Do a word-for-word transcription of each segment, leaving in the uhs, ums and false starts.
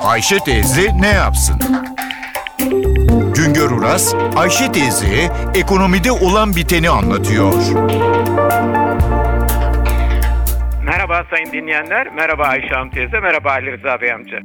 Ayşe teyze ne yapsın? Güngör Uras, Ayşe teyzeye ekonomide olan biteni anlatıyor. Merhaba sayın dinleyenler, merhaba Ayşe Hanım teyze, merhaba Ali Rıza Bey amca.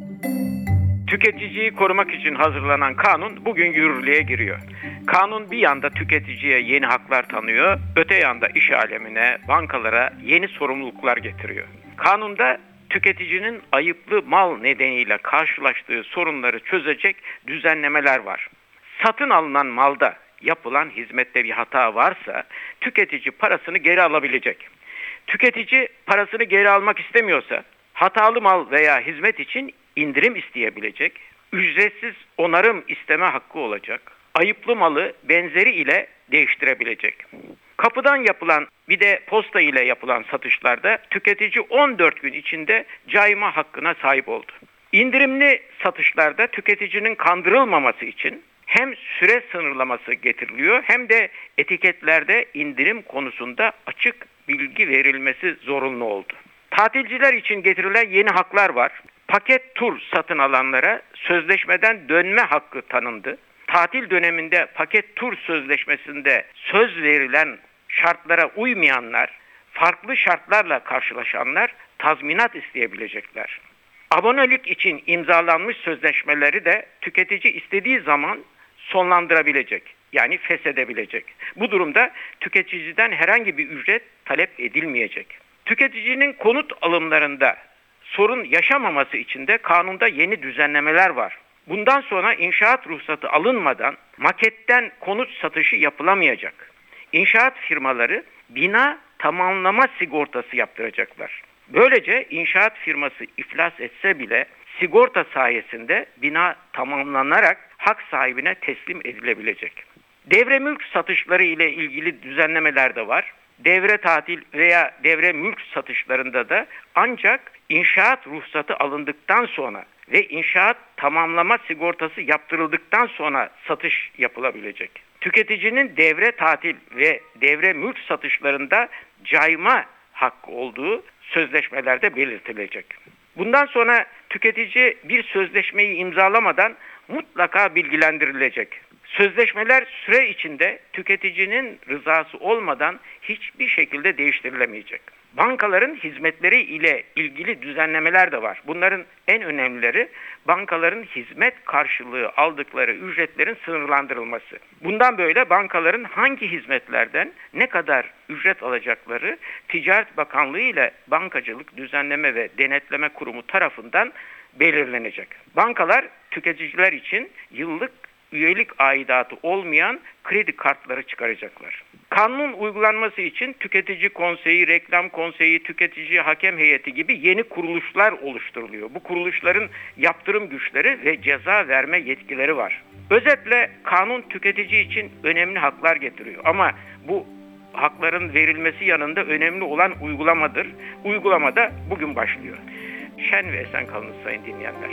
Tüketiciyi korumak için hazırlanan kanun bugün yürürlüğe giriyor. Kanun bir yanda tüketiciye yeni haklar tanıyor, öte yanda iş alemine, bankalara yeni sorumluluklar getiriyor. Kanunda tüketicinin ayıplı mal nedeniyle karşılaştığı sorunları çözecek düzenlemeler var. Satın alınan malda, yapılan hizmette bir hata varsa tüketici parasını geri alabilecek. Tüketici parasını geri almak istemiyorsa hatalı mal veya hizmet için indirim isteyebilecek, ücretsiz onarım isteme hakkı olacak, ayıplı malı benzeri ile değiştirebilecek. Kapıdan yapılan bir de posta ile yapılan satışlarda tüketici on dört gün içinde cayma hakkına sahip oldu. İndirimli satışlarda tüketicinin kandırılmaması için hem süre sınırlaması getiriliyor hem de etiketlerde indirim konusunda açık bilgi verilmesi zorunlu oldu. Tatilciler için getirilen yeni haklar var. Paket tur satın alanlara sözleşmeden dönme hakkı tanındı. Tatil döneminde paket tur sözleşmesinde söz verilen şartlara uymayanlar, farklı şartlarla karşılaşanlar tazminat isteyebilecekler. Abonelik için imzalanmış sözleşmeleri de tüketici istediği zaman sonlandırabilecek, yani feshedebilecek. Bu durumda tüketiciden herhangi bir ücret talep edilmeyecek. Tüketicinin konut alımlarında sorun yaşamaması için de kanunda yeni düzenlemeler var. Bundan sonra inşaat ruhsatı alınmadan maketten konut satışı yapılamayacak. İnşaat firmaları bina tamamlama sigortası yaptıracaklar. Böylece inşaat firması iflas etse bile sigorta sayesinde bina tamamlanarak hak sahibine teslim edilebilecek. Devre mülk satışları ile ilgili düzenlemeler de var. Devre tatil veya devre mülk satışlarında da ancak inşaat ruhsatı alındıktan sonra ve inşaat tamamlama sigortası yaptırıldıktan sonra satış yapılabilecek. Tüketicinin devre tatil ve devre mülk satışlarında cayma hakkı olduğu sözleşmelerde belirtilecek. Bundan sonra tüketici bir sözleşmeyi imzalamadan mutlaka bilgilendirilecek. Sözleşmeler süre içinde tüketicinin rızası olmadan hiçbir şekilde değiştirilemeyecek. Bankaların hizmetleri ile ilgili düzenlemeler de var. Bunların en önemlileri bankaların hizmet karşılığı aldıkları ücretlerin sınırlandırılması. Bundan böyle bankaların hangi hizmetlerden ne kadar ücret alacakları Ticaret Bakanlığı ile Bankacılık Düzenleme ve Denetleme Kurumu tarafından belirlenecek. Bankalar tüketiciler için yıllık üyelik aidatı olmayan kredi kartları çıkaracaklar. Kanunun uygulanması için tüketici konseyi, reklam konseyi, tüketici hakem heyeti gibi yeni kuruluşlar oluşturuluyor. Bu kuruluşların yaptırım güçleri ve ceza verme yetkileri var. Özetle kanun tüketici için önemli haklar getiriyor ama bu hakların verilmesi yanında önemli olan uygulamadır. Uygulama da bugün başlıyor. Şen ve esen kalınız sayın dinleyenler.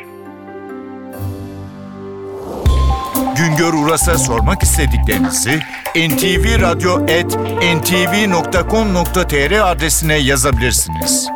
Güngör Uras'a sormak istediklerinizi en ti vi radyo at en ti vi nokta com nokta tr adresine yazabilirsiniz.